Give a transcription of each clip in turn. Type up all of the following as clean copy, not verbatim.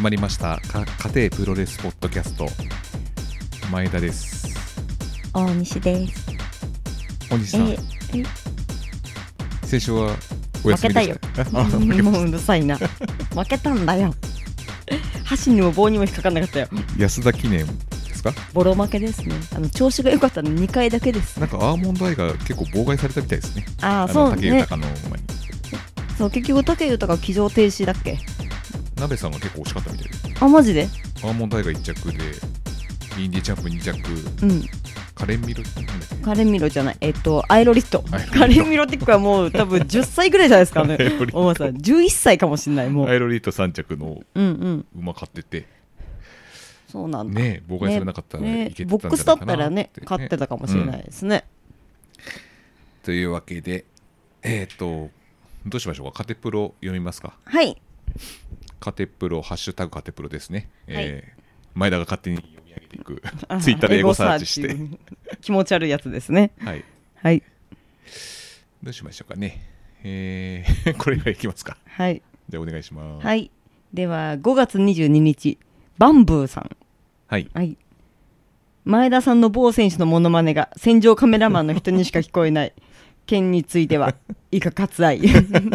まりました家庭プロレスポッドキャスト、前田です。 大西です。 大西さん、先週はお休みでしたね。 負けたよもううるさいな負けたんだよ箸にも棒にも引っかかんなかったよ。 安田記念ですか？ ボロ負けですね。調子が良かったの2回だけです。 なんかアーモンドアイが結構妨害されたみたいですね。 そうね。 武豊の馬に。 そう、結局武豊騎乗停止だっけ？ 鍋さんが結構惜しかったみたいです。 マジで？ アーモンドアイが1着で、インディチャンプ2着、カレンミロじゃない、アイロリット。カレンミロティックはもう多分10歳ぐらいじゃないですかねお前さん11歳かもしれない。もうアイロリット3着の馬買ってて、 そうなんだね、妨害されなかったらいけてたんじゃないかなって、 ボックスだったらね勝ってたかもしれないですね、 というわけでどうしましょうか。カテプロ読みますか？ はい、 カテプロ、ハッシュタグカテプロですね、 はい、 前田が勝手に読み上げていくツイッターでエゴサーチして気持ち悪いやつですね。 はい、 はい、 どうしましょうかね。これがいきますか？ はい、 じゃあお願いします。 はい、では5月22日バンブーさん、 はい、 はい、前田さんの某選手のモノマネが戦場カメラマンの人にしか聞こえない件については以下割愛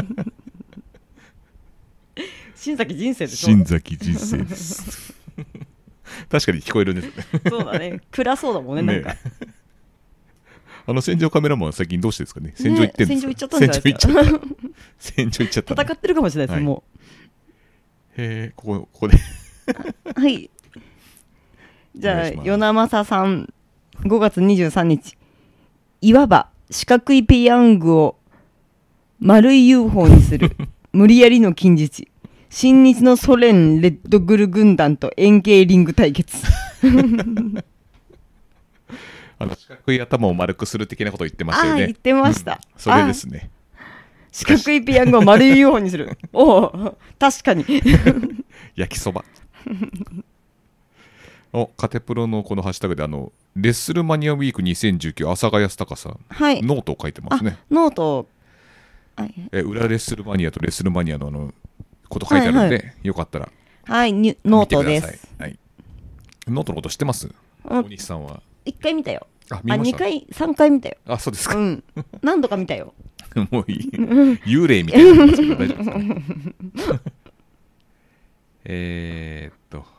新崎人生でしょ。 新崎人生です確かに聞こえるんですよねそうだね、暗そうだもんね、なんか戦場カメラマンは最近どうしてですかね。戦場行ってんですか？ 戦場行っちゃったんじゃないですか。 戦場行っちゃった、 戦ってるかもしれないです、はい、もうここではいじゃあ与那政さん5月23日、いわば四角いペヤングを丸い UFO にする無理やりの近似値、新日のソ連レッドグル軍団と円形リング対決四角い頭を丸くする的なことを言ってましたよね。 言ってました、 それですね。 四角いペヤングを丸い UFO にする確かに焼きそばカテプロのこのハッシュタグでレッスルマニアウィーク2019朝賀康隆さん、 はい、 ノートを書いてますね。 ノート、 裏レッスルマニアとレッスルマニアのこと書いてあるんで、よかったら見てください。 ノートです、 はい、ノートのこと知ってます？大西さんは。 1回見たよ。 見ました？ 2回3回見たよ。 そうですか、 何度か見たよもういい幽霊みたいなですけど大丈夫ですかね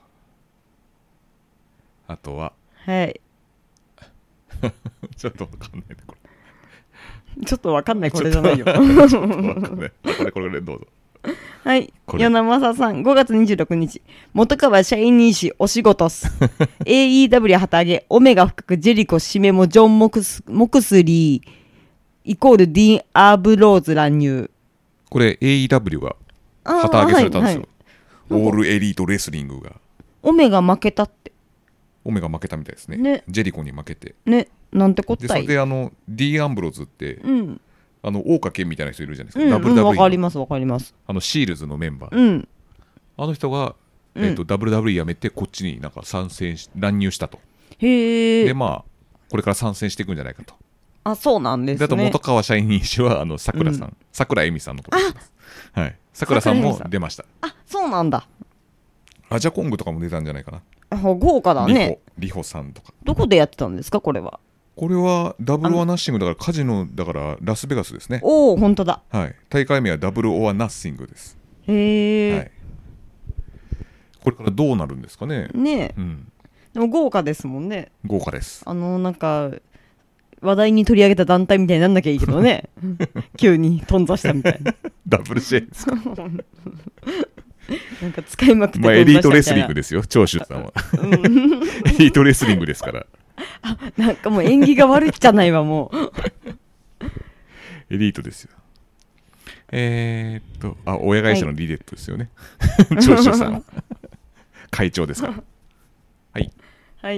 あとははいちょっとわかんないね、これちょっとわかんないこれじゃないよちょっとわかんないこれどうぞ。 はい、与那政さん5月26日、本川シャイニー氏お仕事っすAEW 旗揚げ、オメガ深くジェリコ締めもジョン・モクスリーイコールディーン・アーブローズ乱入。 これ AEW が旗揚げされたんですよ、オールエリートレスリングが。 オメガ負けたって。 オメガ負けたみたいですね。ジェリコに負けてね、なんてこったい。 でそれでディーン・アンブローズって、大岡健みたいな人いるじゃないですか、WWE わかりますわかります。 シールズのメンバー、あの人が、WWE 辞めてこっちになんか乱入したと。 へえ。 でこれから参戦していくんじゃないかと。 そうなんですね。 あと本川シャイニー氏はさくらさん、さくらえみさんのことです。はい、さくらさんも出ました。 そうなんだ。 アジャコングとかも出たんじゃないかな。 豪華だね。 リホさんとか。 どこでやってたんですかこれは？ これはダブル・オア・ナッシングだからカジノだからラスベガスですね。 本当だ。 はい、大会名はダブル・オア・ナッシングです。 へえ、 はい、これからどうなるんですかね。 でも豪華ですもんね。 豪華です。 なんか話題に取り上げた団体みたいになんなきゃいいけどね急に頓挫したみたいなダブルシェイですかなんか使いまくって頓挫したみたいな。 エリートレスリングですよ、長州さんはエリートレスリングですからなんかもう縁起が悪いじゃないわもうエリートですよ。親会社のリデットですよね、長州さんは会長ですからはいはい、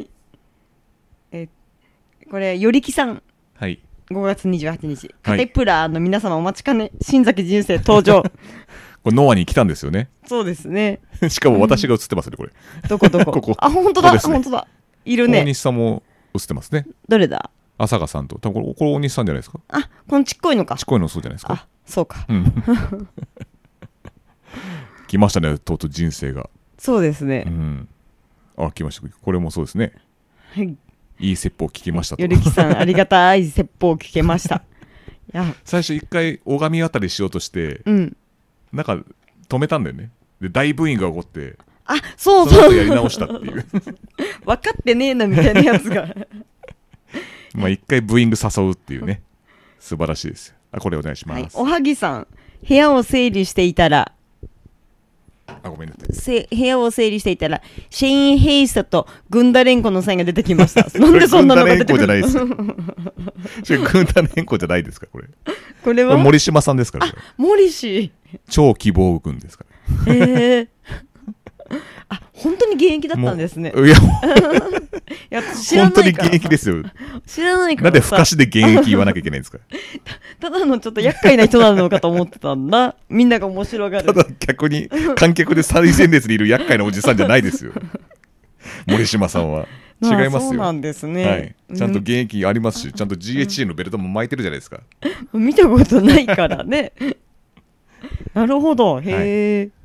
これよりきさん、 はい、 5月28日、カテプラの皆様お待ちかね、新崎人生登場これノアに来たんですよね。 そうですねしかも私が映ってますねこれ。 どこここ本当だ、本当だ、いるね。 大西さんも映ってますね。 どれだ？ 朝香さんと、多分これ大西さんじゃないですか。 このちっこいのか。 ちっこいのそうじゃないですか。 そうか。 来ましたね、とうとう人生がそうですね。 来ました。これもそうですね。 はい。 いい説法聞きましたと。 よりきさんありがたい説法聞けました。いや最初一回拝み渡りしようとして、なんか止めたんだよね。で大ブーイングが起こって、 そうその後やり直したっていう分かってねえなみたいなやつがまあ一回ブーイング誘うっていうね、素晴らしいですよ。これお願いします。 おはぎさん、部屋を整理していたらごめんなさい。 部屋を整理していたらシェイン・ヘイスタとグンダレンコのサインが出てきました。なんでそんなのが出てくるの？ グンダレンコじゃないです。グンダレンコじゃないですかこれ。 これは森島さんですから。 森氏。 超希望軍ですから。 本当に現役だったんですね。 いや本当に現役ですよ。 知らないから。 なんで不可視で現役言わなきゃいけないんですか。 ただのちょっと厄介な人なのかと思ってたんだ。みんなが面白がる。 ただ逆に観客で最前列にいる厄介なおじさんじゃないですよ。森島さんは違いますよ。 そうなんですね。 はい、ちゃんと現役ありますし、ちゃんと GHC のベルトも巻いてるじゃないですか。 見たことないからね。なるほど。へえ。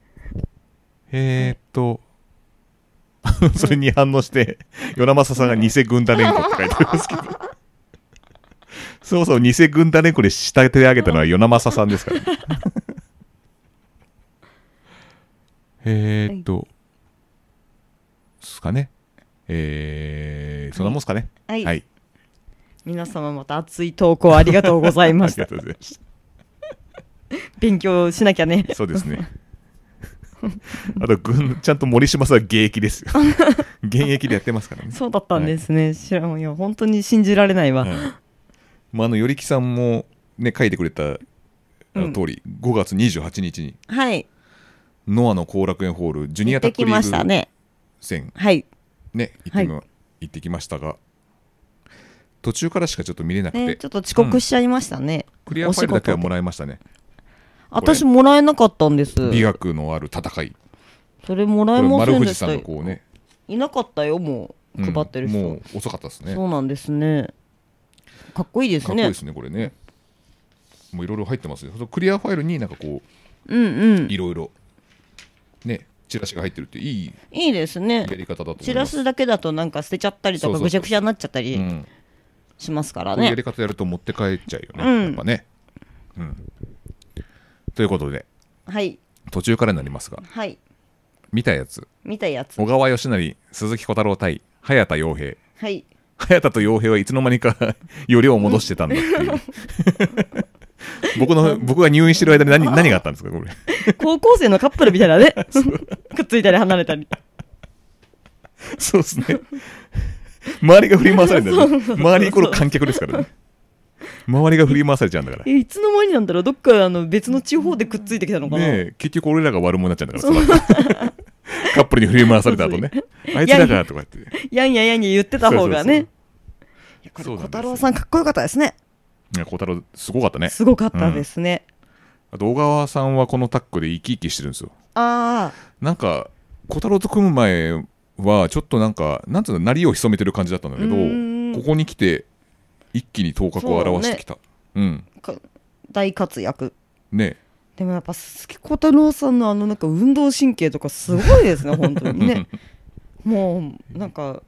それに反応して与那政さんが偽軍団連呼って書いてありますけどそう偽軍団連呼で仕立て上げたのは与那政さんですからですかね。そんなもんすかね。 はい。皆様また熱い投稿ありがとうございました。 ありがとうございました。 勉強しなきゃね。 そうですね。あとちゃんと森島さんは現役ですよ。現役でやってますからね。 そうだったんですね。知らんよ。本当に信じられないわ。 よりきさんもね書いてくれた通り、5月28日にノアの後楽園ホールジュニアタックリーグ戦ね行ってきましたが、途中からしかちょっと見れなくて、 ちょっと遅刻しちゃいましたね。 クリアファイルだけはもらいましたね。 私もらえなかったんです。 美学のある戦い。 それもらえませんでした。 丸藤さんがこうね、 いなかったよ。もう配ってる人、 もう遅かったですね。 そうなんですね。かっこいいですね。 かっこいいですねこれね。もういろいろ入ってますよ。クリアファイルになんかこういろいろねチラシが入ってるっていいですね。 やり方だと思います。 チラシだけだとなんか捨てちゃったりとかぐちゃぐちゃになっちゃったりしますからね。 こういうやり方やると持って帰っちゃうよね。やっぱね。ということで、途中からになりますが、見たやつ小川義成鈴木小太郎対早田洋平。早田と洋平はいつの間にかよりを戻してたんだっていう僕が入院してる間に何があったんですかこれ。 高校生のカップルみたいなね。くっついたり離れたり。 そうですね。周りが振り回されてる、ね、周りイコール観客ですからね。周りが振り回されちゃうんだから。 いつの間になんだろう。どっか別の地方でくっついてきたのかな。 結局俺らが悪者になっちゃうんだからカップルに振り回された後ね。あいつらがとかってやんや言ってた方がね。小太郎さんかっこよかったですね。 小太郎すごかったね。 すごかったですね。 あと小川さんはこのタッグで生き生きしてるんですよ。なんか小太郎と組む前はちょっとなんつうの、鳴りを潜めてる感じだったんだけど、ここに来て一気に頭角を現してきた。 大活躍ね。 でもやっぱ鈴木小太郎さんのなんか運動神経とかすごいですね本当にね。もうなんか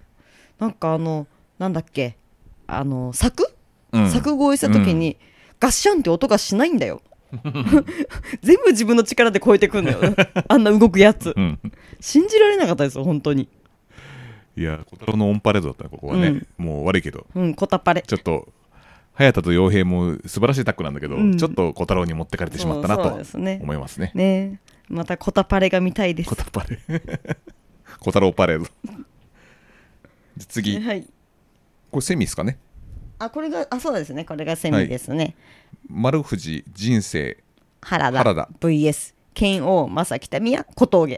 なんだっけ柵越えした時にガッシャンって音がしないんだよ。全部自分の力で超えてくんだよあんな動くやつ。信じられなかったですよ本当に。 いや小太郎のオンパレードだったねここはね。もう悪いけど小太パレちょっと早田と洋平も素晴らしいタッグなんだけど、ちょっと小太郎に持ってかれてしまったなと思いますね。 また小太パレが見たいです。 小太パレ小太郎パレード。次、これセミですかね。 これがそうですね。これがセミですね。 丸藤人生原田 VS 剣王正木民也小峠。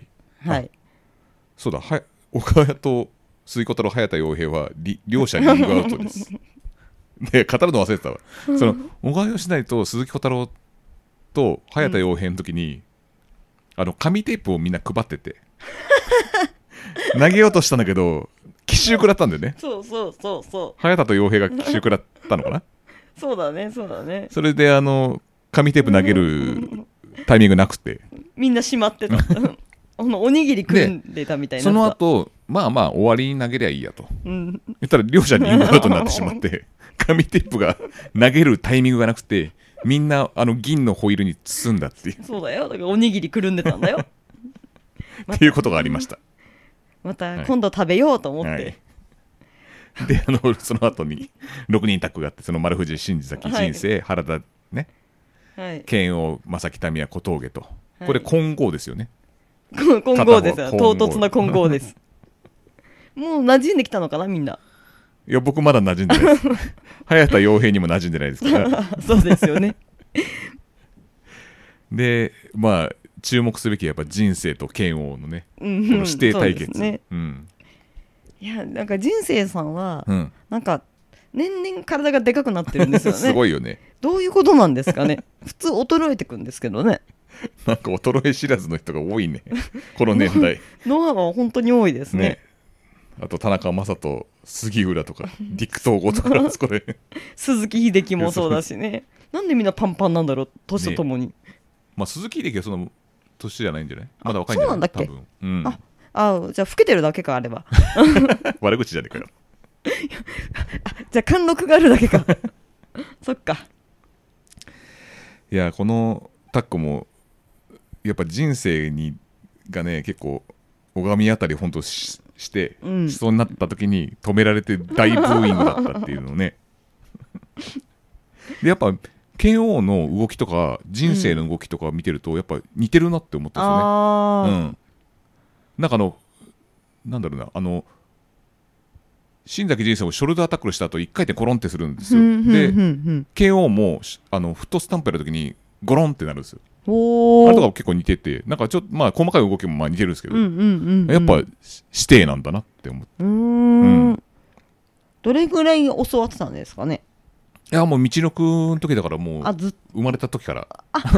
そうだ岡谷と鈴木小太郎早田洋平は両者リングアウトです。で語るの忘れてたわ。その小川義成と鈴木小太郎と早田洋平の時に、紙テープをみんな配ってて投げようとしたんだけど奇襲食らったんだよね。 そう早田と洋平が奇襲食らったのかな。 そうだね。 それで紙テープ投げるタイミングなくてみんなしまってたおにぎり組んでたみたいな。 その後まあまあ終わりに投げりゃいいやと、言ったら両者リングアウトになってしまって紙テープが投げるタイミングがなくてみんな銀のホイールに包んだっていう。 そうだよ、だからおにぎりくるんでたんだよっていうことがありました。 また今度食べようと思って、 はい、でその後に6人タッグがあって、その丸藤新崎人生、原田ね、剣王正木民也小峠と、これ混合ですよね。 混合ですよ、唐突な混合ですもう馴染んできたのかなみんな。 いや僕まだ馴染んでないです早田洋平にも馴染んでないですからそうですよねでまあ注目すべきはやっぱ人生と剣王のね、この指定対決、ね、 いやなんか人生さんは、なんか年々体がでかくなってるんですよねすごいよね。 どういうことなんですかね普通衰えてくんですけどね。 なんか衰え知らずの人が多いねこの年代ノアは本当に多いですね。 あと田中将人、杉浦とかディック統合とかこれ鈴木秀樹もそうだしねなんでみんなパンパンなんだろう年とともに、ね、 まあ、鈴木秀樹はその年じゃないんじゃない、まだ若いんじゃない。 そうなんだっけ、 多分、 じゃあ老けてるだけかあれば悪口じゃねえかよじゃあ貫禄があるだけかそっか。 いやこのタッグもやっぱ人生がね結構拝みあたり本当して、しそうになった時に止められて大ブーイングだったっていうのねでやっぱ剣王の動きとか人生の動きとか見てるとやっぱ似てるなって思ったんですよね。なんかなんだろうな、新崎人生をショルダータックルした後1回転コロンってするんですよ。で剣王もフットスタンプやる時にゴロンってなるんですよ。あれとか結構似てて、なんかちょっとまあ細かい動きもまあ似てるんですけど、やっぱ指定なんだなって思って。 どれぐらい教わってたんですかね。 いやもう道のくの時だからもう生まれた時から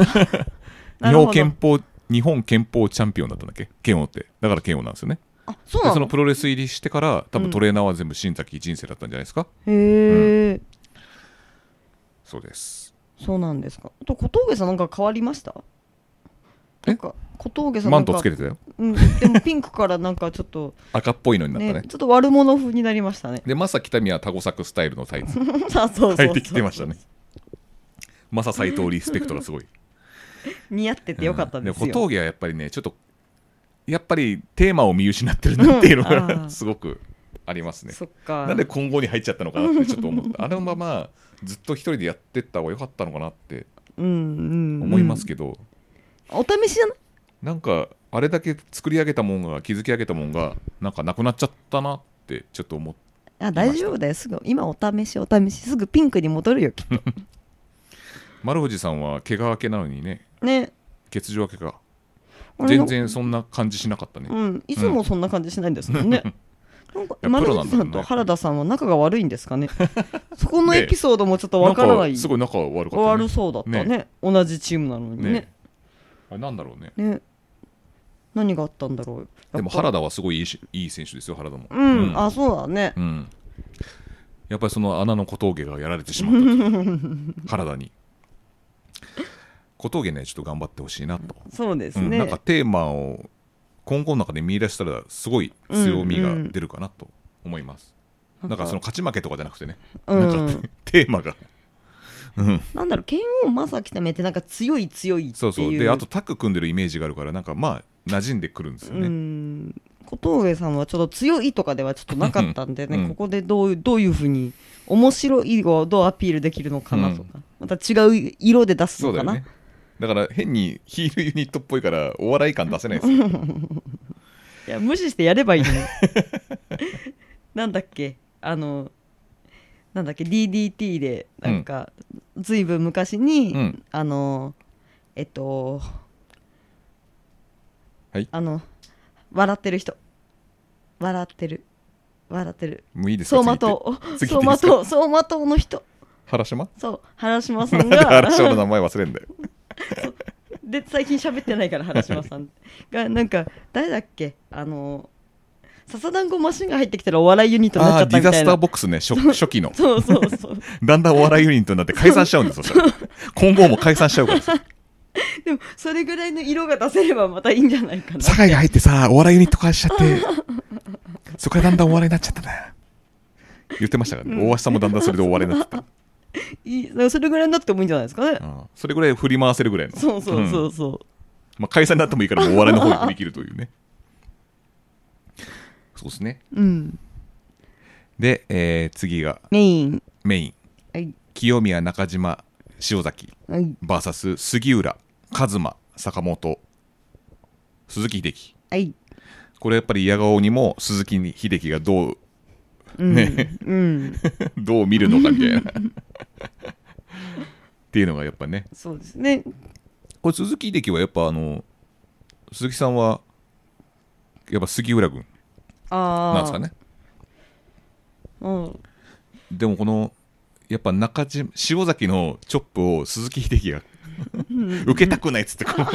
日本憲法チャンピオンだったんだっけ剣王って。だから剣王なんですよね。 そうなの。 そのプロレス入りしてから多分トレーナーは全部新崎人生だったんじゃないですか。 へえ、 そうです。 そうなんですか。あと小峠さんなんか変わりました？なんか小峠さんマントつけてたよ。 でもピンクからなんかちょっと赤っぽいのになったね。 ちょっと悪者風になりましたね。 で正木民はタゴサクスタイルのタイツ履いてきてましたね。正斎藤リスペクトがすごい似合っててよかったですよ。 小峠はやっぱりねちょっとやっぱりテーマを見失ってるなっていうのがすごくありますね。 そっか。 なんで混合に入っちゃったのかなってちょっと思ったあのままずっと一人でやってった方が良かったのかなって思いますけど、 お試しじゃない？ なんかあれだけ作り上げたもんが築き上げたもんがなんかなくなっちゃったなってちょっと思って。 大丈夫だよ、すぐ今お試しすぐピンクに戻るよきっと丸藤さんは怪我明けなのにね、欠場明けか全然そんな感じしなかったね。 いつもそんな感じしないんですもんねなんか丸藤さんと原田さんは仲が悪いんですかねそこのエピソードもちょっとわからない。 すごい仲悪かったね。 悪そうだったね。同じチームなのにね。 あれなんだろうね。 何があったんだろう。 でも原田はすごいいい選手ですよ。原田も。 あ、そうだね。 やっぱりその穴の小峠がやられてしまった原田に。小峠ねちょっと頑張ってほしいなと。 そうですね。 なんかテーマを今後の中で見出したらすごい強みが出るかなと思います。なんかその勝ち負けとかじゃなくてね、なんかテーマがなんだろう、剣王正木民ってなんか強いっていう。 そうであとタッグ組んでるイメージがあるからなんかまあ馴染んでくるんですよね。 小峠さんはちょっと強いとかではちょっとなかったんでね、ここでどういうふうに面白いをどうアピールできるのかなとか、また違う色で出すのかな。 だから変にヒールユニットっぽいからお笑い感出せないですよいや無視してやればいいのになんだっけDDT でなんか、ずいぶん昔に、笑ってる人笑ってるもういいですか。 走馬灯の人原島？ そう原島さんがなんで原島の名前忘れんだよで最近喋ってないから原島さんがなんか誰だっけ笹団子マシンが入ってきたらお笑いユニットになっちゃったみたいな。 ディザスターボックスね初期のそうだんだんお笑いユニットになって解散しちゃうんですよ今後も解散しちゃうからでもそれぐらいの色が出せればまたいいんじゃないかな。 酒井が入ってさ、お笑いユニット化しちゃってそこからだんだんお笑いになっちゃったな言ってましたからね、大橋さんもだんだんそれでお笑いになってたそれぐらいになってもいいんじゃないですかね。 それぐらい振り回せるぐらいの。 そうそうそうそう、 まあ、解散になってもいいからもうお笑いの方に振り切るというねそうですね。で、次がメイン、 はい、清宮、中島、塩崎、はい、VS 杉浦、一馬、坂本、鈴木秀樹、はい、これやっぱり嫌顔にも鈴木秀樹がどうね、どう見るのかみたいなっていうのがやっぱね。 そうですね。 これ鈴木秀樹はやっぱ鈴木さんはやっぱ杉浦軍なんですかね。でもこのやっぱ中島塩崎のチョップを鈴木秀樹が受けたくないっつってこう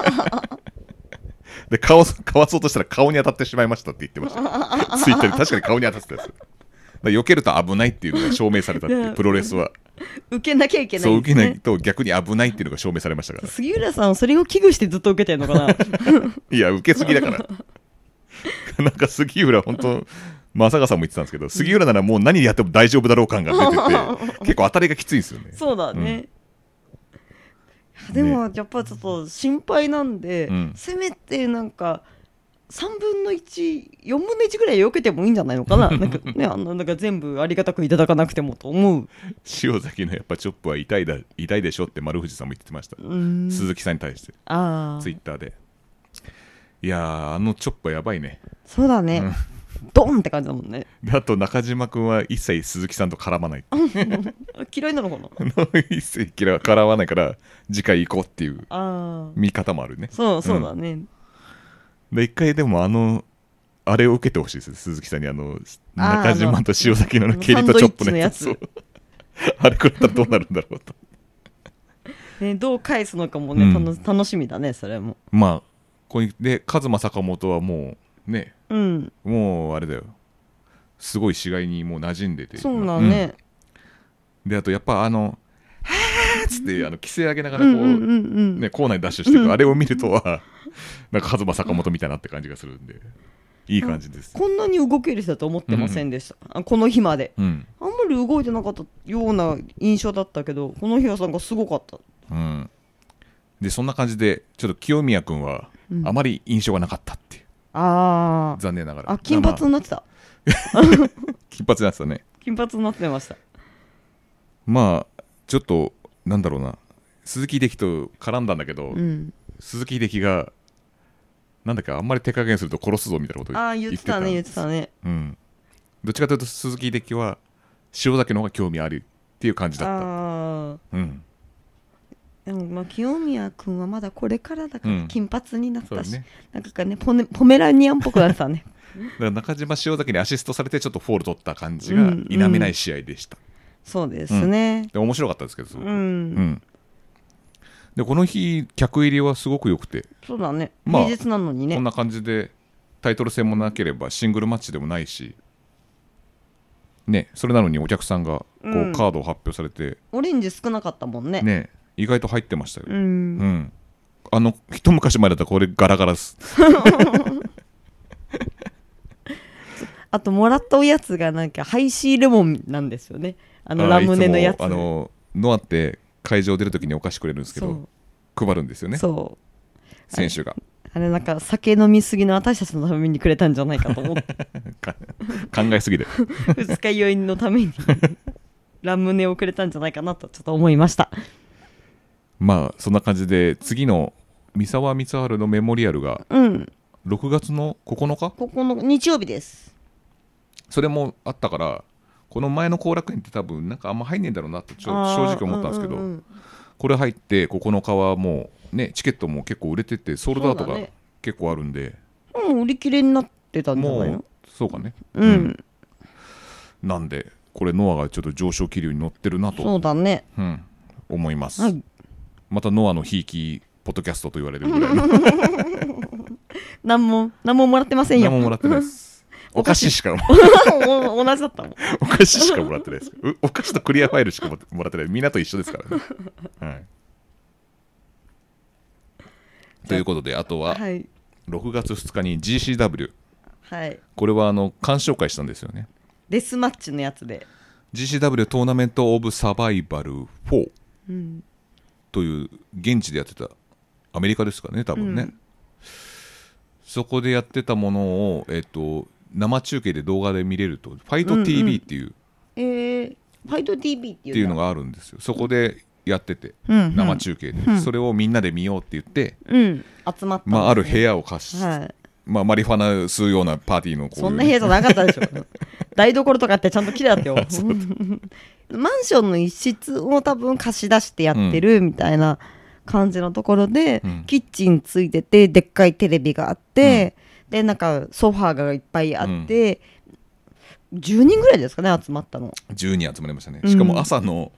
でかわそうとしたら顔に当たってしまいましたって言ってましたツイッターで。確かに顔に当たってたやつだから避けると危ないっていうのが証明されたっていうプロレスは受けなきゃいけない、ね、 そう受けないと逆に危ないっていうのが証明されましたから。 杉浦さんそれを危惧してずっと受けてるのかないや受けすぎだからなんか杉浦本当正川さんも言ってたんですけど、杉浦ならもう何やっても大丈夫だろう感が出てて結構当たりがきついんですよね。 そうだね、でもやっぱちょっと心配なんで、せめてなんか3分の1、4分の1ぐらい避けてもいいんじゃないのかななんかね、なんか全部ありがたくいただかなくてもと思う。 塩崎のやっぱチョップは痛いでしょって丸藤さんも言ってました。鈴木さんに対してツイッターで。いやーチョップはやばいね。 そうだね、ドンって感じだもんね。 であと中島君は一切鈴木さんと絡まない嫌いなのかな一切絡まないから次回行こうっていう見方もあるね。 そうだね、 で一回でもあれを受けてほしいです鈴木さんに中島と塩崎の蹴りとチョップのやつあれ食らったらどうなるんだろうとね、どう返すのかもね、楽しみだねそれも。 まあこれで一馬坂本はもうね、もうあれだよ、すごい試合にもう馴染んでて。 そうだね、 であとやっぱはーっつって規制上げながらこう、ね、コーナーにダッシュしていく、あれを見るとはなんか一馬坂本みたいなって感じがするんでいい感じです。 こんなに動ける人だと思ってませんでした、この日まで、あんまり動いてなかったような印象だったけど、この日はなんかすごかった。 でそんな感じでちょっと清宮君はあまり印象がなかったっていう、残念ながら。 金髪になってた金髪になってたね。 金髪になってました。 まあちょっとなんだろうな、鈴木秀樹と絡んだんだけど、鈴木秀樹がなんだっけ、あんまり手加減すると殺すぞみたいなこと言ってたんです。 言ってたね。 どっちかというと鈴木秀樹は塩崎の方が興味あるっていう感じだった。 でも清宮君はまだこれからだから金髪になったし、なんかねポメラニアンっぽくなってたねだから中島塩崎にアシストされてちょっとフォール取った感じが否めない試合でした。 そうですね、 で面白かったですけど、でこの日客入りはすごく良くて。そうだね、平日なのにね、こんな感じでタイトル戦もなければシングルマッチでもないしね、それなのにお客さんがこうカードを発表されて、オレンジ少なかったもんね。意外と入ってましたよ。一昔前だったらこれガラガラです。 あともらったおやつがなんかハイシーレモンなんですよね。ラムネのやつ。 ノアって会場出るときにお菓子くれるんですけど、配るんですよね。選手が。あれなんか酒飲みすぎの私たちのためにくれたんじゃないかと思って考えすぎで二日酔いのためにラムネをくれたんじゃないかなとちょっと思いました。まあそんな感じで次の三沢光晴のメモリアルが6月の9日、日曜日です。それもあったからこの前の後楽園って多分なんかあんま入んねえんだろうなと正直思ったんですけど、これ入って9日はもうねチケットも結構売れててソールドアウトが結構あるんで、売り切れになってたんじゃないの？そうかね、なんでこれノアがちょっと上昇気流に乗ってるなと、そうだね、思います。またノアのひいきポッドキャストと言われるぐらいの何ももらってませんよ。何ももらってないです。お菓子しか同じだったもん。お菓子しかもらってないです。お菓子とクリアファイルしかもらってない。みんなと一緒ですからね。 ということで、あとははい 6月2日に GCW、 はい、 これは鑑賞会したんですよね。 デスマッチのやつで GCW トーナメントオブサバイバル4、 うん、 という現地でやってた、アメリカですかね多分ね、うん、そこでやってたものを、生中継で動画で見れると、ファイト TV っていう、 ファイト TV っていうのがあるんですよ。そこでやってて、 うん、 生中継で、うん、それをみんなで見ようって言って、 うん、集まったんですね。 ある部屋を貸して、はい、マリファナ吸うようなパーティーのそんな部屋じゃなかったでしょ台所とかってちゃんと綺麗だったよマンションの一室を多分貸し出してやってるみたいな感じのところで、うん、キッチンついててでっかいテレビがあって、うん、でなんかソファーがいっぱいあって、うん、10人ぐらいですかね集まったの。 10人集まりましたね。しかも朝の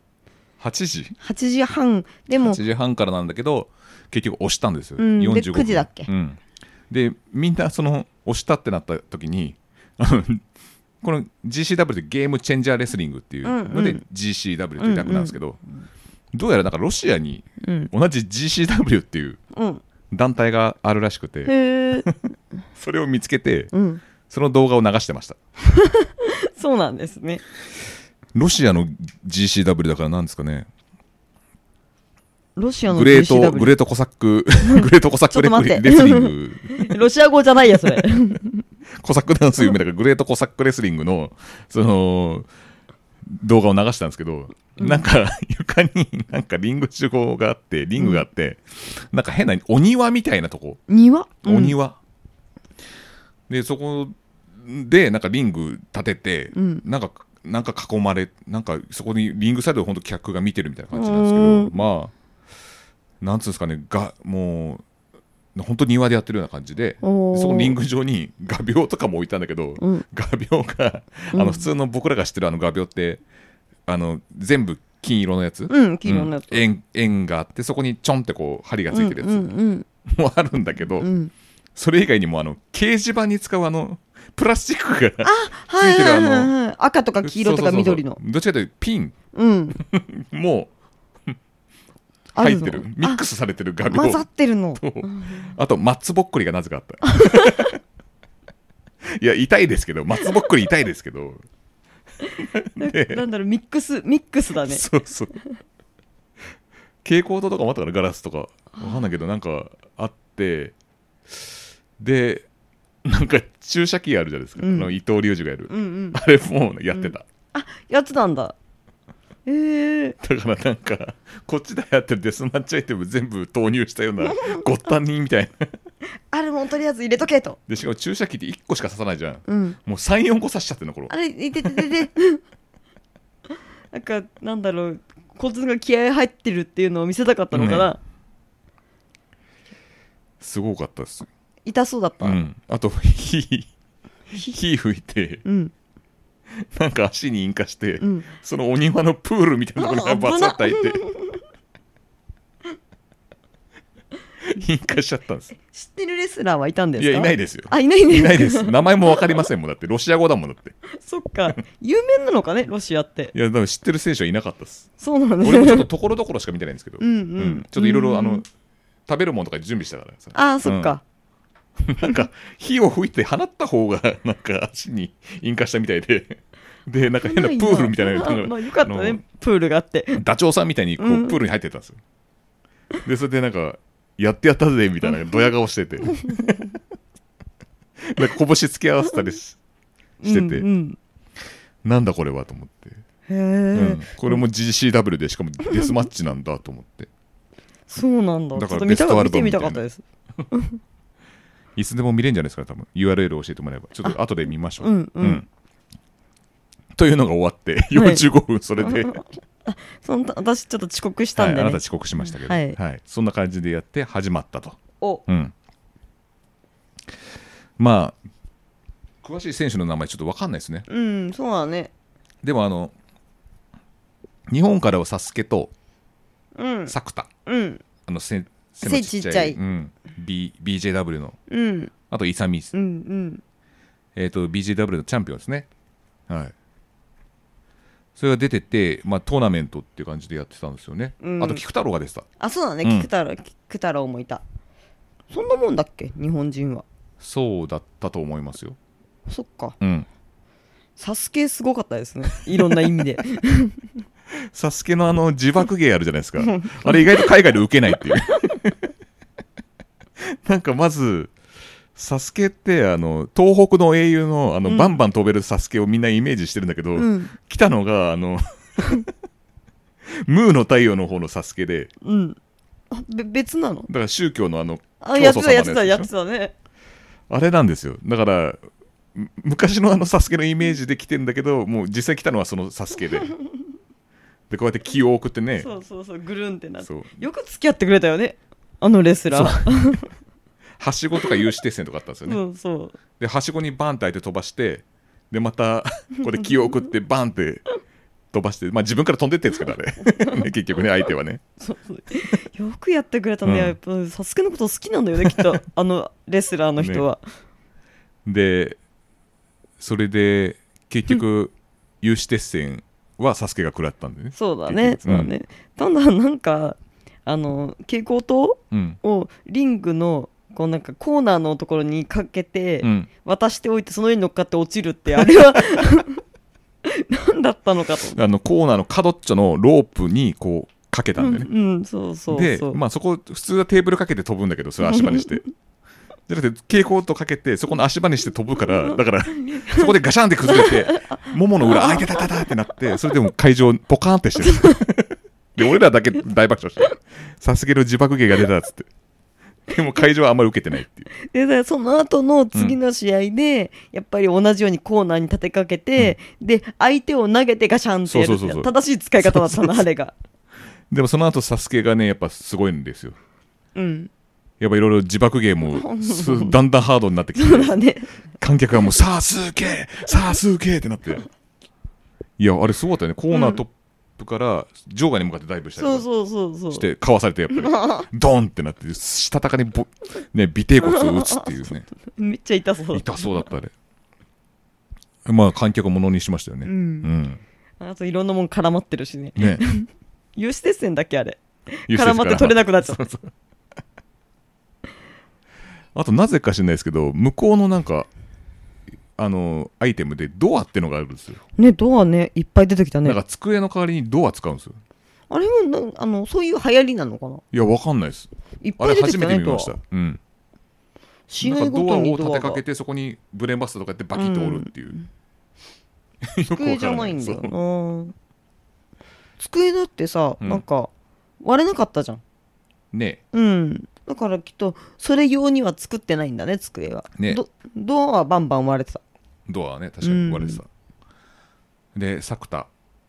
8 時半でも 8時半からなんだけど結局押したんですよ、 うん、45分で9時だっけ、 うん、でみんな押したってなった時にこの GCW ってゲームチェンジャーレスリングっていうので GCW っていう略なんですけど、どうやらなんかロシアに同じ GCW っていう団体があるらしくて、それを見つけて、その動画を流してましたそうなんですね。 ロシアの GCW だからなんですかね、 ロシアの GCW グレートコサックグレートコサックレスリングロシア語じゃないやそれコサックダンス有名だからグレートコサックレスリングのその動画を流したんですけど、なんか床になんかリング手法があってリングがあって、なんか変なお庭みたいなとこ、お庭、でそこでなんかリング立てて、なんか囲まれ、なんかそこにリングサイドで本当客が見てるみたいな感じなんですけど、まあなんつうんですかね、もう本当に庭でやってるような感じで、そのリング上に画鋲とかも置いたんだけど、画鋲が普通の僕らが知ってる画鋲って全部金色のやつ、円があってそこにちょんってこう針がついてるやつもあるんだけど、それ以外にも掲示板に使うプラスチックがついてる赤とか黄色とか緑のどっちかというとピン、もう入ってるミックスされてる画鋲混ざってるのと、あと松ぼっくりがなぜかあったいや痛いですけど、松ぼっくり痛いですけどなんだろう、ミックスだね。 そうそう蛍光灯とかもあったから、ガラスとかわかんないけどなんかあって、でなんか注射器あるじゃないですか、伊藤隆二がやる、あれもやってた、 あ、やつなんだ。 だからなんかこっちでやってるデスマッチアイテム全部投入したようなごったにみたいなあれもとりあえず入れとけと。 でしかも注射器って1個しか刺さないじゃん、もう 3,4 個刺しちゃってるの頃。 あれいてなんかなんだろう、こいつが気合入ってるっていうのを見せたかったのかな、 すごかったです。 痛そうだった、 あと火吹いて、なんか足に引火して、そのお庭のプールみたいなところがバサッと開いて引火しちゃったんです。 知ってるレスラーはいたんですか？ いや、いないですよ。 あ、いないね。 いないです。名前も分かりませんもん。だってロシア語だもん。だってそっか、有名なのかね、ロシアって。 いや、でも知ってる選手はいなかったです。 そうなんです。 俺もちょっとところどころしか見てないんですけど、ちょっといろいろ食べるものとか準備したからさ。 あ、そっか、 なんか火を吹いて放った方がなんか足に引火したみたいでで、なんか変なプールみたいなのが、 まあ、よかったね、プールがあってダチョウさんみたいにこうプールに入ってたんですよ、でそれでなんかやってやったぜみたいなドヤ顔しててなんか拳突き合わせたりしてて、なんだこれはと思って、これも GCW でしかもデスマッチなんだと思ってそうなんだ。 だからベストワールド見てみたかったですいつでも見れるんじゃないですか、多分 URL を教えてもらえば。ちょっと後で見ましょう。というのが終わって45分、それで私ちょっと遅刻したんでね、 あなた遅刻しましたけど、そんな感じでやって始まったと。まあ詳しい選手の名前ちょっと分かんないですね。 そうだね。でも日本からはサスケと作田、背のちっちゃい、BJW の、あとイサミス、BJW のチャンピオンですね。それが出てて、トーナメントっていう感じでやってたんですよね。あと菊太郎が出てた。 あ、そうだね、菊太郎もいた。 そんなもんだっけ日本人は。 そうだったと思いますよ。 そっか。 サスケすごかったですね、いろんな意味で。 サスケの自爆芸あるじゃないですか。あれ意外と海外で受けないっていう。なんかまずサスケって東北の英雄のバンバン飛べるサスケをみんなイメージしてるんだけど、来たのがムーの太陽の方のサスケで、 別なの？ だから宗教のやってたね。あれなんですよ。だから昔のサスケのイメージで来てんだけど、もう実際来たのはそのサスケで。でこうやって気を送ってね。 そうぐるんってなって。よく付き合ってくれたよね、レスラー。 はしごとか有刺鉄線とかあったんですよね。ではしごにバンって相手飛ばして、でまたここで気を送ってバンって飛ばして、自分から飛んでってんですけどあれ、ね、結局ね相手はね。 よくやってくれたね。やっぱサスケのこと好きなんだよねきっとレスラーの人は。 でそれで結局有刺鉄線はサスケが食らったんでね。 そうだね。ただなんか蛍光灯をリングのこうなんかコーナーのところにかけて渡しておいて、その上に乗っかって落ちるって、あれは何だったのかと。 コーナーの角っちょのロープにこうかけたんでね。でそこ普通はテーブルかけて飛ぶんだけど、それ足場にしてじゃなくて蛍光灯かけてそこの足場にして飛ぶから、だからそこでガシャンって崩れてももの裏あいてたたたってなって、それでも会場ポカーンってしてる。で俺らだけ大爆笑して、サスケの自爆芸が出たっつって。でも会場はあんまり受けてないっていう。 でその後の次の試合で、やっぱり同じようにコーナーに立てかけて、で相手を投げてガシャンってやるっていう正しい使い方だったの、あれが。 でもその後サスケがねやっぱすごいんですよ。やっぱいろいろ自爆芸もだんだんハードになってきて、観客がもうさあスケってなって、いやあれすごかったよね。コーナートップから場外に向かってダイブしたりとかしてかわされて、やっぱりドンってなって、したたかに尾てい骨を打つっていうね。 めっちゃ痛そうだったあれ。観客をものにしましたよね。 あといろんなもん絡まってるしね。有刺鉄線だっけあれ、絡まって取れなくなっちゃった。 あとなぜか知らないですけど、向こうのなんかアイテムでドアってのがあるんですよね。ドアね、いっぱい出てきたね。 なんか机の代わりにドア使うんですよ。 あれもそういう流行りなのかな。 いやわかんないです。 いっぱい出てきたね。 あれ初めて見ました。 試合ごとにドアを立てかけて、そこにブレンバストとかやってバキッと折るっていう、 机じゃないんだよな。机だってさ、なんか割れなかったじゃんね。 だからきっとそれ用には作ってないんだね、机はね。ドアはバンバン割れてた。 ドアはね確かに割れてた。で作田、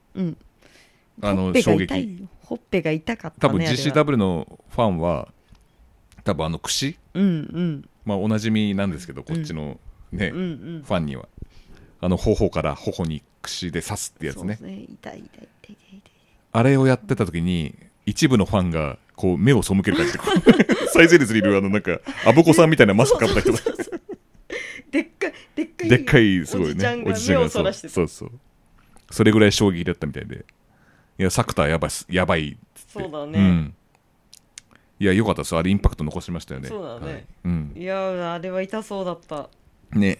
衝撃、 ほっぺが痛かったね。 多分 GCW のファンは多分櫛、おなじみなんですけど、こっちのね、ファンには頬から頬に櫛で刺すってやつね。 痛い。 あれをやってた時に一部のファンがこう目を背ける感じで最前列にいるなんかアボコさんみたいなマスクかぶった人がでっかいすごいねおじちゃんがそうそれぐらい衝撃だったみたいで、いや作田やばいっつって。 そうだね。 いやよかったです。あれインパクト残しましたよね。 そうだね。いやあれは痛そうだったね。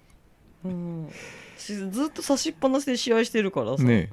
ずっと差しっぱなしで試合してるからさね。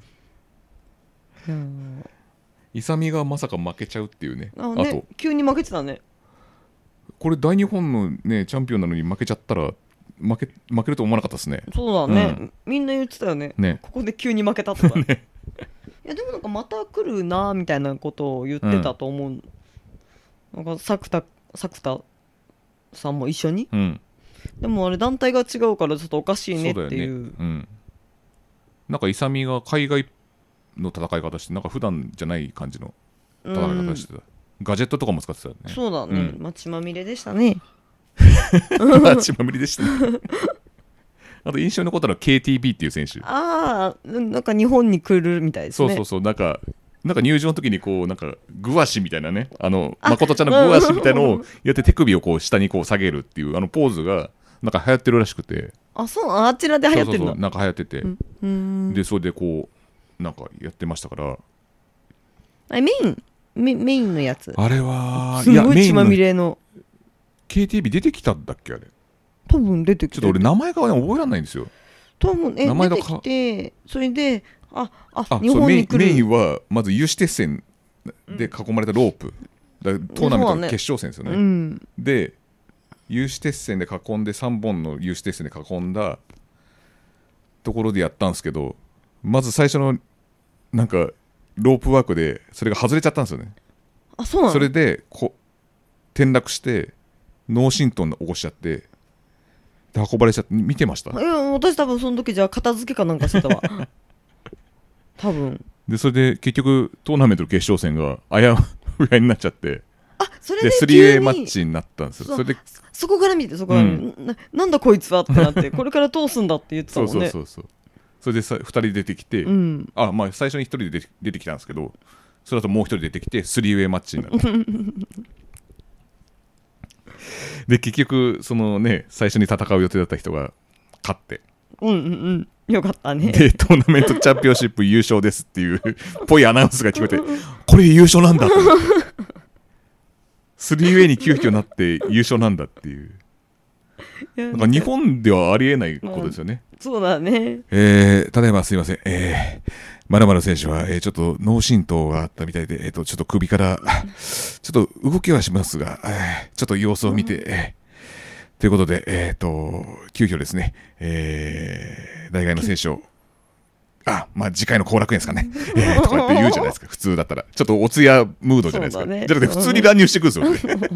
勇がまさか負けちゃうっていうね。あと急に負けてたね。 これ大日本のねチャンピオンなのに負けちゃったら負けると思わなかったですね。 そうだね、みんな言ってたよね。ここで急に負けたとか。いやでもなんかまた来るなみたいなことを言ってたと思う。なんか作田さんも一緒に、でもあれ団体が違うからちょっとおかしいねっていう。 なんか勇が海外の戦い方して、なんか普段じゃない感じの戦い方してた。ガジェットとかも使ってたよね。 そうだね、街まみれでしたね。 街まみれでしたね。あと印象に残ったのは KTB っていう選手。 なんか日本に来るみたいですね。 そうなんか入場の時にこうなんかグワシみたいなね、誠ちゃんのグワシみたいのをやって手首をこう下にこう下げるっていうポーズがなんか流行ってるらしくて。 あちらで流行ってるの。 そうなんか流行ってて、でそれでこうなんかやってましたから。 メインのやつ。 あれはすごい血まみれの KTB 出てきたんだっけあれ。 多分出てきた。 ちょっと俺名前が覚えられないんですよ。 多分名前が出てきて、それで日そう本に来るメインはまず有刺鉄線で囲まれたロープ、だからトーナメントの決勝戦ですよね。 うん、 で有刺鉄線で囲んで3本の有刺鉄線で囲んだところでやったんですけど、まず最初のなんかロープワークでそれが外れちゃったんですよね。 あ、そうなの。 それで転落して脳震盪起こしちゃってで運ばれちゃって。見てました？ 私多分その時じゃあ片付けかなんかしてたわ多分でそれで結局トーナメントの決勝戦があやふやになっちゃって、 それで 3way マッチになったんですよ。それでそこから見て、そこから、なんだこいつはってなってこれからどうすんだって言ってたもんね。 そうそれで2人出てきて、まあ最初に1人で出てきたんですけど、その後もう1人出てきて 3way マッチになってで結局そのね最初に戦う予定だった人が勝って、 よかったね。 でトーナメントチャンピオンシップ優勝ですっていうぽいアナウンスが聞こえてこれ優勝なんだと3way に急遽なって優勝なんだっていう、なんか日本ではありえないことですよね。 そうだね。 ただいますいません、〇〇選手は、ちょっと脳震盪があったみたいで、ちょっと首からちょっと動きはしますが、ちょっと様子を見て、ということで、急遽ですね、大概の選手をまあ次回の後楽園ですかね、とかって言うじゃないですか普通だったら。ちょっとお通夜ムードじゃないですか、じゃなくて普通に乱入してくるんですよね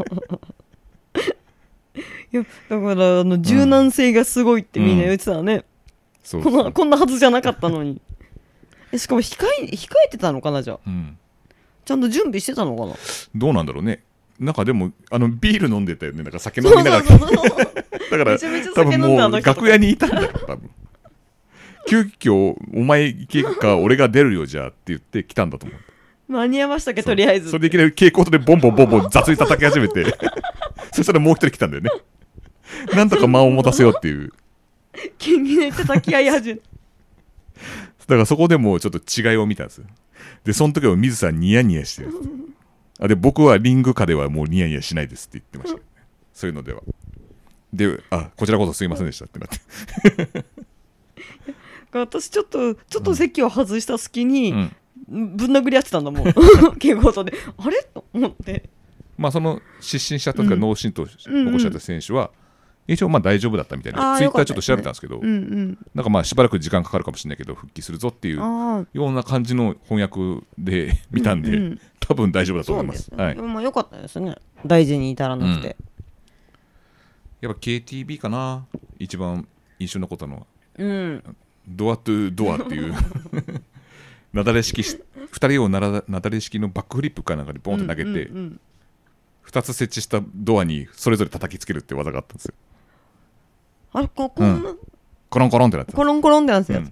いやだから柔軟性がすごいってみんな言ってたね、こんなはずじゃなかったのにしかも控えてたのかな、じゃあ、ちゃんと準備してたのかな。どうなんだろうね。なんかでもビール飲んでたよね。なんか酒飲みながらだから多分もう楽屋にいたんだよ多分急遽お前行けるか俺が出るよじゃあって言って来たんだと思う。 間に合いましたっけとりあえず。 それでいきなり蛍光灯でボンボン雑に叩き始めてそしたらもう一人来たんだよね。なんとか間を持たせようっていう急に叩き合い始めだからそこでもうちょっと違いを見たんですよ。でその時は水さんニヤニヤしてるで僕はリング下ではもうニヤニヤしないですって言ってました、ね、そういうのでは。でこちらこそすいませんでしたってなって私ちょっと席を外した隙に、ぶん殴り合ってたんだもん稽古事であれと思って、 まあその失神しちゃったとか脳震盪起こしちゃった選手は一応まあ大丈夫だったみたいな、ツイッターちょっと調べたんですけど、なんかまあしばらく時間かかるかもしれないけど復帰するぞっていうような感じの翻訳で見たんで、多分大丈夫だと思います。 まあ良かったですね、大事に至らなくて。 やっぱ KTB かな一番印象に残ったのは、ドアトゥドアっていうなだれ式2人をなだれ式のバックフリップかなんかでポンと投げて、2つ設置したドアにそれぞれ叩きつけるって技があったんですよ。 あれコロンコロンってなってた。 コロンコロンってなってたやつ。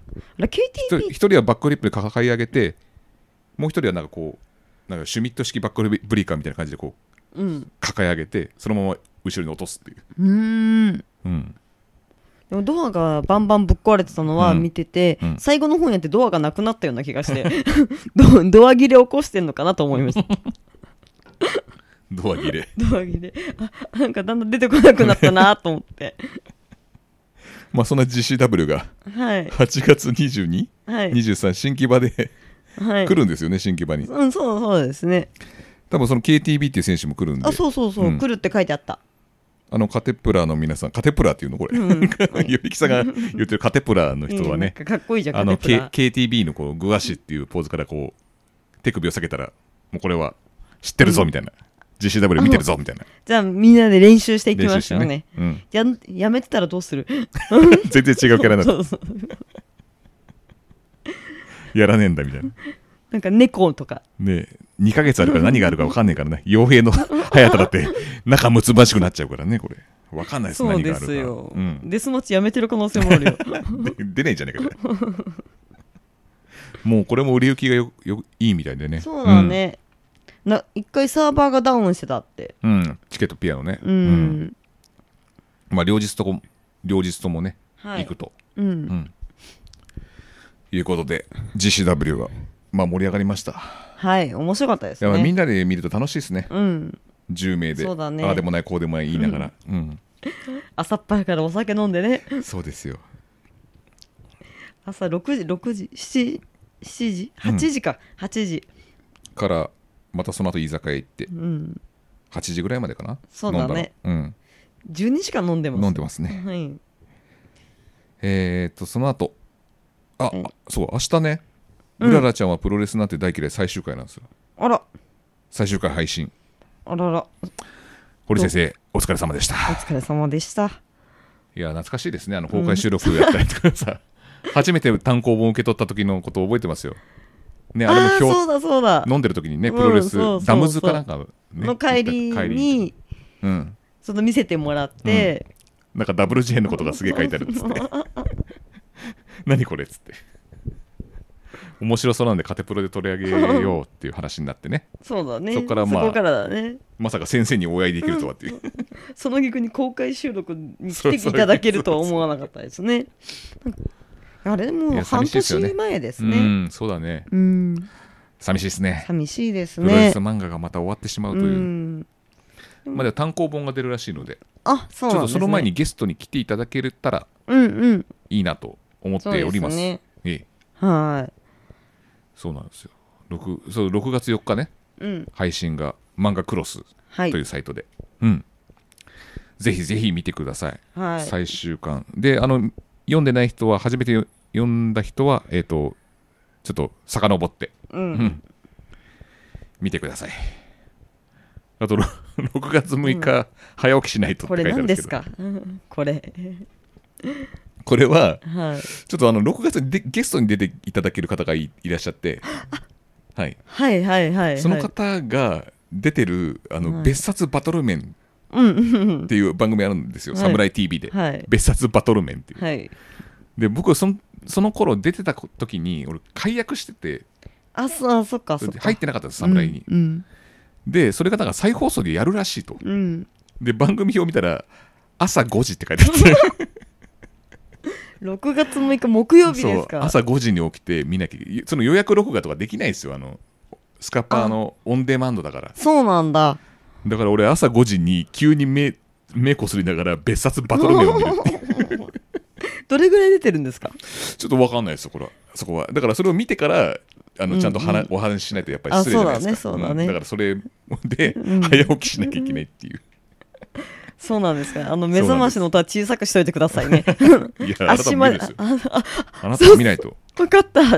1人はバックフリップで抱え上げて、もう1人はなんかこうなんかシュミット式バックブリーカーみたいな感じでこう、抱え上げてそのまま後ろに落とすっていう。 でもドアがバンバンぶっ壊れてたのは見てて、最後の方になってドアがなくなったような気がしてドア切れ起こしてんのかなと思いましたドア切れなんかだんだん出てこなくなったなと思ってまあそんな GCW が8月22、23新木場で来るんですよね、新木場に。 そうですね。 多分その KTB っていう選手も来るんで。 そう、来るって書いてあった。 カテプラの皆さん、カテプラっていうのこれ、ゆりきさんが言ってるカテプラの人はね、 かっこいいじゃん、カテプラ。 KTB のこうグアシっていうポーズからこう手首を下げたら、もうこれは知ってるぞみたいな、GCW 見てるぞみたいな。 じゃあみんなで練習していきましょうね。やめてたらどうする全然違うキャラになったやらねえんだみたいな。 なんか猫とかね、2ヶ月あるから何があるか分かんないからね。傭兵の早田だって仲睦ましくなっちゃうからね、これ分かんないです。何があるか。そうですよ、 デスマッチやめてる可能性もあるよ出ねえんじゃねえかもうこれも売れ行きがいいみたいでね。 そうだね、一回サーバーがダウンしてたって、 チケットピアノね。まあ両日ともね、行くということで GCW がまあ盛り上がりました。 はい、面白かったですね。 みんなで見ると楽しいですね。 10名で、 そうだね、 ああでもないこうでもない言いながら、うん、 朝っぱらからお酒飲んでね。 そうですよ。 朝6時7時8時か、8時からまたその後居酒屋行って、 うん、 8時ぐらいまでかな。 そうだね、 うん、 12時間飲んでます。 飲んでますね、 はい、 その後そう明日ね、うららちゃんはプロレスなんて大嫌い最終回なんですよ。 あら、 最終回配信。 あらら、 堀先生お疲れ様でした。 お疲れ様でした。 いや懐かしいですね、公開収録やったりとかさ、初めて単行本受け取った時のことを覚えてますよね。あれもそうだそうだ、 飲んでる時にね、プロレス、ダムズかなんか、ね、 の帰りに、 うん、 その見せてもらって、 なんか WGN のことがすげえ書いてあるんですって何これっつって、面白そうなんでカテプロで取り上げようっていう話になってね。 そうだね、 そこからそこからだね、 まさか先生にお会いできるとはっていうその逆に公開収録に来ていただけるとは思わなかったですね。あれもう半年前ですね。 うん、そうだね、うん、寂しいですね。 寂しいですね。 プロレス漫画がまた終わってしまうという、まあ、でも単行本が出るらしいので、 あ、そうなんですね、ちょっとその前にゲストに来ていただけたらいいなと思っております。 ね、 はい、そうなんですよ。6月4日ね、配信が漫画クロスというサイトで、ぜひぜひ見てください、最終巻で。読んでない人は、初めて読んだ人はちょっと遡って、見てください。あと6月6日、早起きしないとって書いてあるんですけど、 これ何ですか、 これは、ちょっと6月にゲストに出ていただける方が いらっしゃって、はいその方が出てる別冊バトルメンっていう番組あるんですよ、サムライ TV で、別冊バトルメンっていう、で僕はその頃出てた時に俺解約してて、 そっか入ってなかったんです、サムライに、でそれがなんか再放送でやるらしいと、で番組表見たら朝5時って書いてあって 6月6日木曜日ですか。 朝5時に起きて見なきゃ、その予約録画とかできないですよ、スカパーのオンデマンドだから。 そうなんだ。 だから俺朝5時に急に目こすりながら別冊バトルメンを見るっていうどれぐらい出てるんですか。 ちょっと分かんないです、そこは。だからそれを見てからちゃんとお話ししないとやっぱり失礼じゃないですか。 そうだね。 だからそれで早起きしなきゃいけないっていうそうなんですか。目覚ましの音は小さくしといてくださいね。 いや、あなたも見るんですよ。あなたも見ないと。 分かった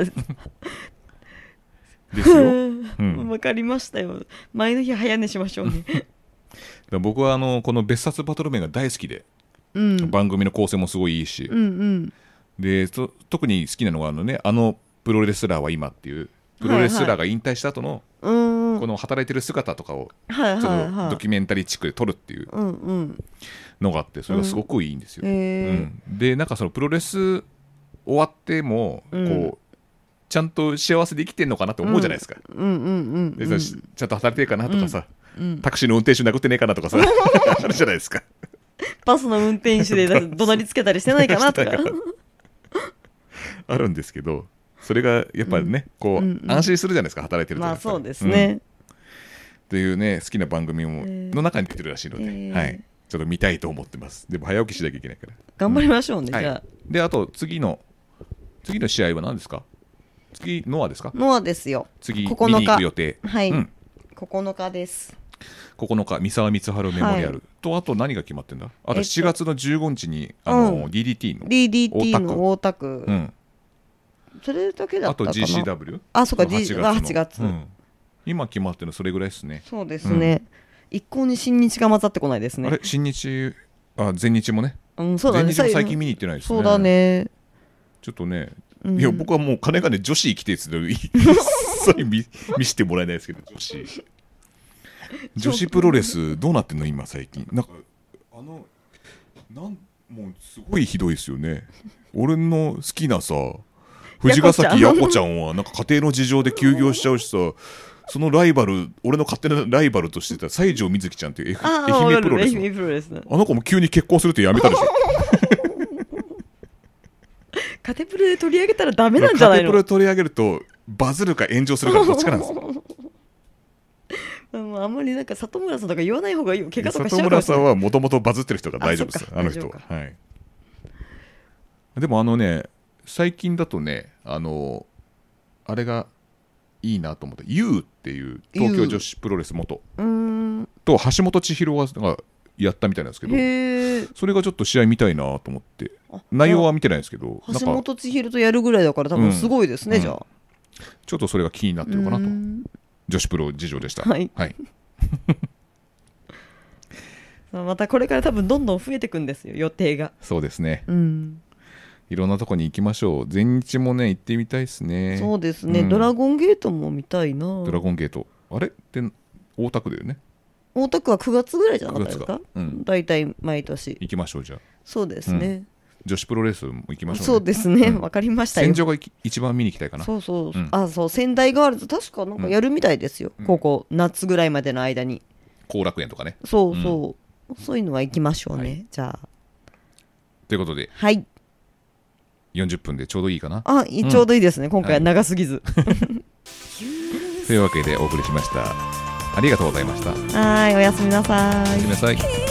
ですよ。 分かりましたよ。前の日早寝しましょうね。 僕はこの別冊バトルメンが大好きで、番組の構成もすごいいいし、で特に好きなのがプロレスラーは今っていうプロレスラーが引退した後のこの働いてる姿とかをちょっとドキュメンタリーチックで撮るっていうのがあって、それがすごくいいんですよ。でなんかそのプロレス終わってもこうちゃんと幸せで生きてんのかなって思うじゃないですか。ちゃんと働いてるかなとかさ、タクシーの運転手殴ってねえかなとかさあるじゃないですか。 バスの運転手で怒鳴りつけたりしてないかなとかあるんですけど、それがやっぱりね、こう安心するじゃないですか、働いてると。 まあそうですね。 というね、好きな番組の中に出てるらしいので、はい、ちょっと見たいと思ってます。でも早起きしなきゃいけないから頑張りましょうね。じゃあで、あと次の試合は何ですか。次ノアですか。 ノアですよ。 次見に行く予定。 はい、9日です。 9日三沢光晴メモリアルと、あと何が決まってんだ。あと7月の15日にDDT の大田区、それだけだったかな。 あと GCW、 そうか、8月、 今決まってるのそれぐらいですね。 そうですね、一向に新日が混ざってこないですね。 あれ、新日、全日もね、 そうだね、 全日も最近見に行ってないですね。 そうだね、 ちょっとね、いや僕はもう金がね女子生きてって一切見せてもらえないですけど、女子プロレスどうなってんの今最近。なんかもうすごいひどいですよね。俺の好きなさ藤ヶ崎やこちゃんはなんか家庭の事情で休業しちゃうしさ、そのライバル、俺の勝手なライバルとしてた西条瑞希ちゃんっていう愛媛プロレスのあの子も急に結婚するってやめたでしょ。 カテプロで取り上げたらダメなんじゃないの。 カテプロで取り上げるとバズるか炎上するかどっちかなんですよ。 あんまりなんか里村さんとか言わない方がいいよ。怪我とかしちゃう里かもしれない。 村さんはもともとバズってる人が大丈夫です。あの人は。はい。でも最近だとね、あれがいいなと思って、YOUっていう東京女子プロレス元と橋本千尋がやったみたいなんですけど、それがちょっと試合見たいなと思って、内容は見てないんですけど、 橋本千尋とやるぐらいだから多分すごいですね、じゃあ。 ちょっとそれが気になってるかなと。女子プロ事情でした。 はい。はいまたこれから多分どんどん増えていくんですよ、予定が。 そうですね。いろんなとこに行きましょう。全日もね行ってみたいですね。 そうですね、ドラゴンゲートも見たいな。 ドラゴンゲートあれって大田区だよね。 大田区は9月ぐらいじゃなかったですか。だいたい毎年行きましょう。じゃあそうですね、 女子プロレスも行きましょうね。 そうですね、わかりましたよ。 戦場が一番見に行きたいかな。 そう、そう仙台ガールズ確かなんかやるみたいですよ、ここ夏ぐらいまでの間に。 後楽園とかね。 そういうのは行きましょうね、じゃあ。 ということで、 はい、 40分でちょうどいいかな。 ちょうどいいですね、今回は長すぎず、 というわけでお送りしました。ありがとうございました。 はい、おやすみなさい。 おやすみなさい。